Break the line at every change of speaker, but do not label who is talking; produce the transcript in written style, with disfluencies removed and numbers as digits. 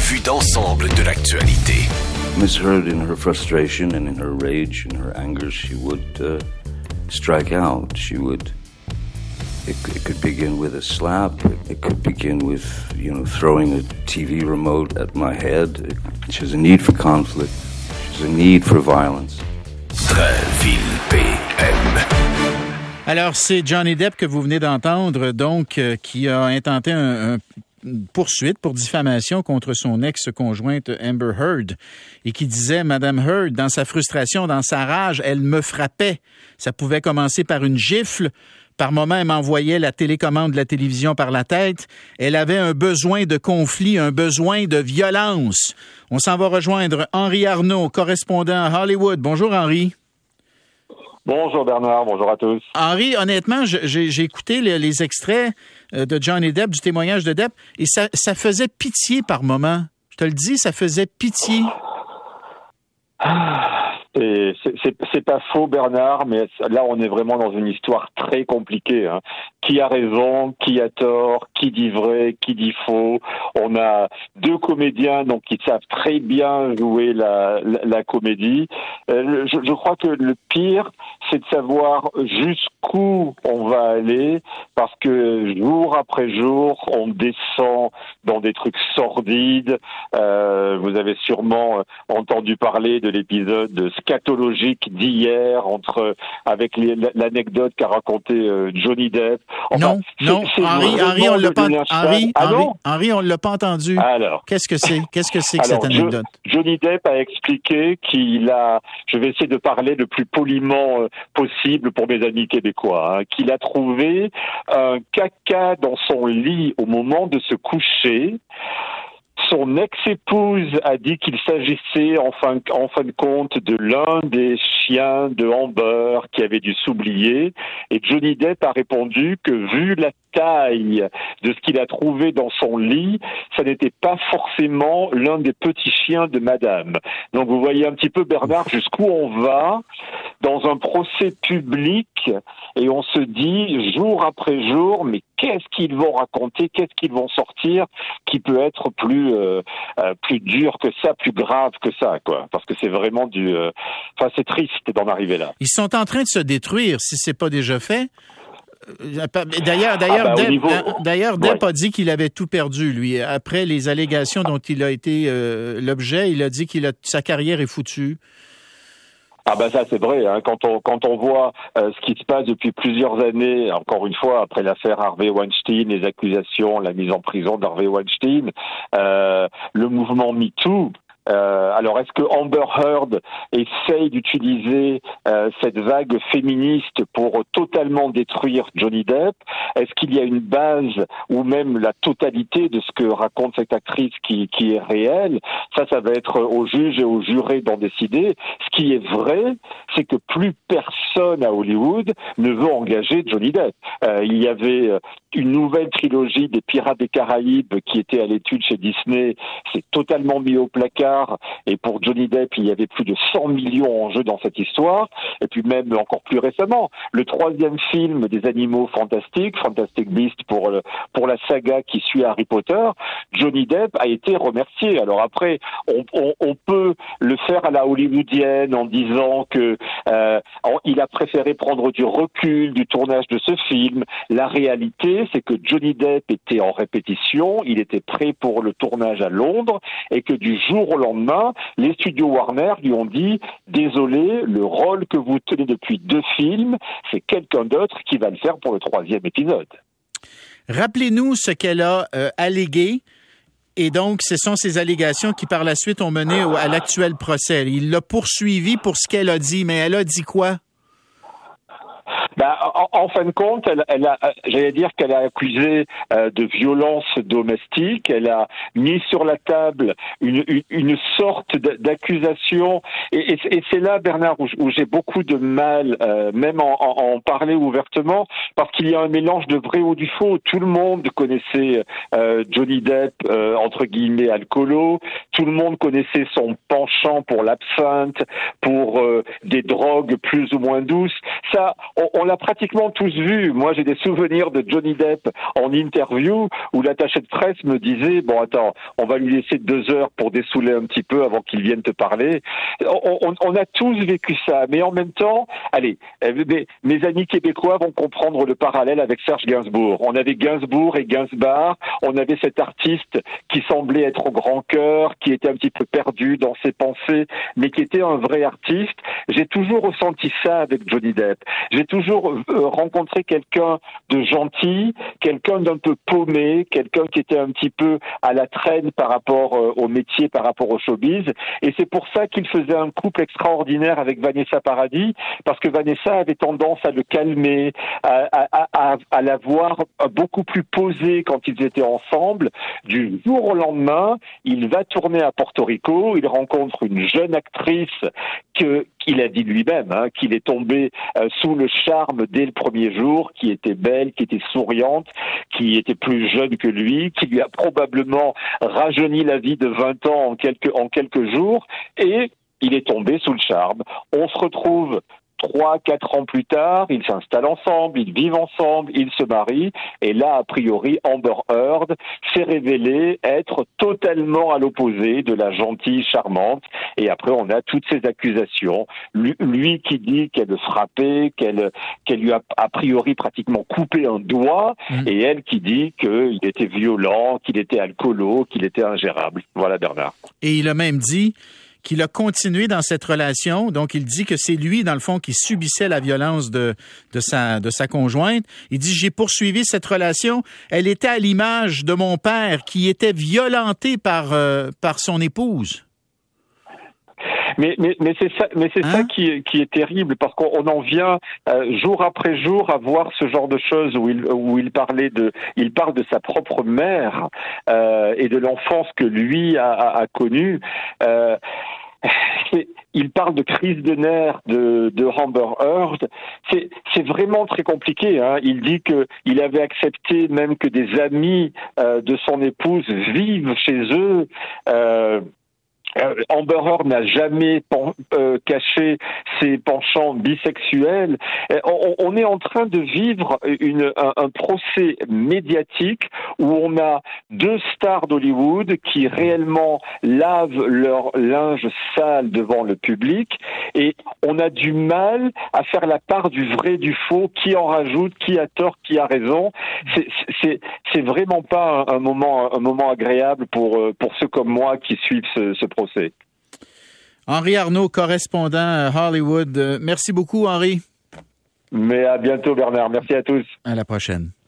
vue d'ensemble de l'actualité.
Miss Heard, in her frustration and in her rage and her anger, she would strike out. It could begin with a slap. It could begin with, throwing a TV remote at my head. She has a need for conflict. She has a need for violence.
Drainville PM.
Alors, c'est Johnny Depp que vous venez d'entendre, donc, qui a intenté une poursuite pour diffamation contre son ex-conjointe Amber Heard et qui disait, Madame Heard, dans sa frustration, dans sa rage, elle me frappait. Ça pouvait commencer par une gifle. Par moments, elle m'envoyait la télécommande de la télévision par la tête. Elle avait un besoin de conflit, un besoin de violence. On s'en va rejoindre Henri Arnaud, correspondant à Hollywood. Bonjour, Henri.
Bonjour Bernard, bonjour à tous.
Henri, honnêtement, j'ai écouté les extraits de Johnny Depp, du témoignage de Depp, et ça faisait pitié par moments. Je te le dis, ça faisait pitié.
C'est pas faux Bernard, mais là on est vraiment dans une histoire très compliquée. Hein. Qui a raison, qui a tort, qui dit vrai, qui dit faux. On a deux comédiens donc qui savent très bien jouer la comédie. Je crois que le pire, c'est de savoir jusqu'où on va aller, parce que jour après jour, on descend dans des trucs sordides. Vous avez sûrement entendu parler de l'épisode scatologique d'hier avec l'anecdote qu'a raconté Johnny Depp. Enfin,
non, Henri, on l'a pas. Henri, on l'a pas entendu.
Alors,
qu'est-ce que c'est que cette anecdote?
Johnny Depp a expliqué je vais essayer de parler le plus poliment possible pour mes amis québécois, qu'il a trouvé un caca dans son lit au moment de se coucher. Son ex-épouse a dit qu'il s'agissait en fin de compte de l'un des chiens de Amber qui avait dû s'oublier. Et Johnny Depp a répondu que vu la taille de ce qu'il a trouvé dans son lit, ça n'était pas forcément l'un des petits chiens de madame. Donc vous voyez un petit peu, Bernard, jusqu'où on va dans un procès public et on se dit jour après jour, mais qu'est-ce qu'ils vont raconter, qu'est-ce qu'ils vont sortir qui peut être plus dur que ça, plus grave que ça, quoi. Parce que c'est vraiment c'est triste d'en arriver là.
Ils sont en train de se détruire, si c'est pas déjà fait. D'ailleurs, Depp a dit qu'il avait tout perdu, lui. Après les allégations dont il a été l'objet, il a dit sa carrière est foutue.
Ah ben ça c'est vrai, hein. Quand on voit ce qui se passe depuis plusieurs années, encore une fois après l'affaire Harvey Weinstein, les accusations, la mise en prison d'Harvey Weinstein, le mouvement MeToo. Alors, est-ce que Amber Heard essaye d'utiliser cette vague féministe pour totalement détruire Johnny Depp? Est-ce qu'il y a une base ou même la totalité de ce que raconte cette actrice qui est réelle? Ça va être aux juges et aux jurés d'en décider. Ce qui est vrai, c'est que plus personne à Hollywood ne veut engager Johnny Depp. Il y avait une nouvelle trilogie des Pirates des Caraïbes qui était à l'étude chez Disney. C'est totalement mis au placard. Et pour Johnny Depp, il y avait plus de 100 millions en jeu dans cette histoire. Et puis même encore plus récemment, le troisième film des animaux fantastiques, Fantastic Beasts pour la saga qui suit Harry Potter, Johnny Depp a été remercié. Alors après, on peut le faire à la hollywoodienne en disant que il a préféré prendre du recul du tournage de ce film. La réalité, c'est que Johnny Depp était en répétition, il était prêt pour le tournage à Londres et que du jour au lendemain, les studios Warner lui ont dit « Désolé, le rôle que vous tenez depuis 2 films, c'est quelqu'un d'autre qui va le faire pour le 3e épisode. »
Rappelez-nous ce qu'elle a allégué. Et donc, ce sont ces allégations qui, par la suite, ont mené à l'actuel procès. Il l'a poursuivie pour ce qu'elle a dit, mais elle a dit quoi?
En fin de compte, j'allais dire qu'elle a accusé de violence domestique. Elle a mis sur la table une sorte d'accusation. Et c'est là, Bernard, où j'ai beaucoup de mal, même en parler ouvertement, parce qu'il y a un mélange de vrai ou du faux. Tout le monde connaissait Johnny Depp, entre guillemets, alcoolo. Tout le monde connaissait son penchant pour l'absinthe, pour des drogues plus ou moins douces. Ça, on l'a pratiquement tous vu. Moi, j'ai des souvenirs de Johnny Depp en interview où l'attaché de presse me disait, bon, attends, on va lui laisser 2 heures pour dessouler un petit peu avant qu'il vienne te parler. On a tous vécu ça, mais en même temps, allez, mes amis québécois vont comprendre le parallèle avec Serge Gainsbourg. On avait Gainsbourg et Gainsbar, on avait cet artiste qui semblait être au grand cœur, qui était un petit peu perdu dans ses pensées, mais qui était un vrai artiste. J'ai toujours ressenti ça avec Johnny Depp. J'ai toujours rencontré quelqu'un de gentil, quelqu'un d'un peu paumé, quelqu'un qui était un petit peu à la traîne par rapport au métier, par rapport au showbiz. Et c'est pour ça qu'il faisait un couple extraordinaire avec Vanessa Paradis, parce que Vanessa avait tendance à le calmer, à la voir beaucoup plus posée quand ils étaient ensemble. Du jour au lendemain, il va tourner à Porto Rico, il rencontre une jeune actrice qu'il a dit lui-même, qu'il est tombé sous le charme dès le premier jour, qui était belle, qui était souriante, qui était plus jeune que lui, qui lui a probablement rajeuni la vie de 20 ans en quelques jours, et il est tombé sous le charme. On se retrouve 3-4 ans plus tard, ils s'installent ensemble, ils vivent ensemble, ils se marient, et là, a priori, Amber Heard s'est révélée être totalement à l'opposé de la gentille, charmante, et après on a toutes ces accusations. Lui qui dit qu'elle le frappait, qu'elle lui a priori pratiquement coupé un doigt, et elle qui dit qu'il était violent, qu'il était alcoolo, qu'il était ingérable. Voilà, Bernard.
Et il a même dit qu'il a continué dans cette relation. Donc, il dit que c'est lui, dans le fond, qui subissait la violence de sa conjointe. Il dit, j'ai poursuivi cette relation. Elle était à l'image de mon père qui était violenté par son épouse.
Mais c'est ça qui est terrible, parce qu'on en vient jour après jour à voir ce genre de choses où il parle de sa propre mère et de l'enfance que lui a connue. Il parle de crise de nerfs de Amber Heard. C'est vraiment très compliqué. Il dit que il avait accepté même que des amis de son épouse vivent chez eux. Amber Heard n'a jamais caché ses penchants bisexuels. On est en train de vivre un procès médiatique où on a 2 stars d'Hollywood qui réellement lavent leur linge sale devant le public, et on a du mal à faire la part du vrai du faux, qui en rajoute, qui a tort, qui a raison. C'est vraiment pas un moment agréable pour ceux comme moi qui suivent ce procès.
Henri Arnaud, correspondant à Hollywood. Merci beaucoup, Henri.
Mais à bientôt, Bernard. Merci à tous.
À la prochaine.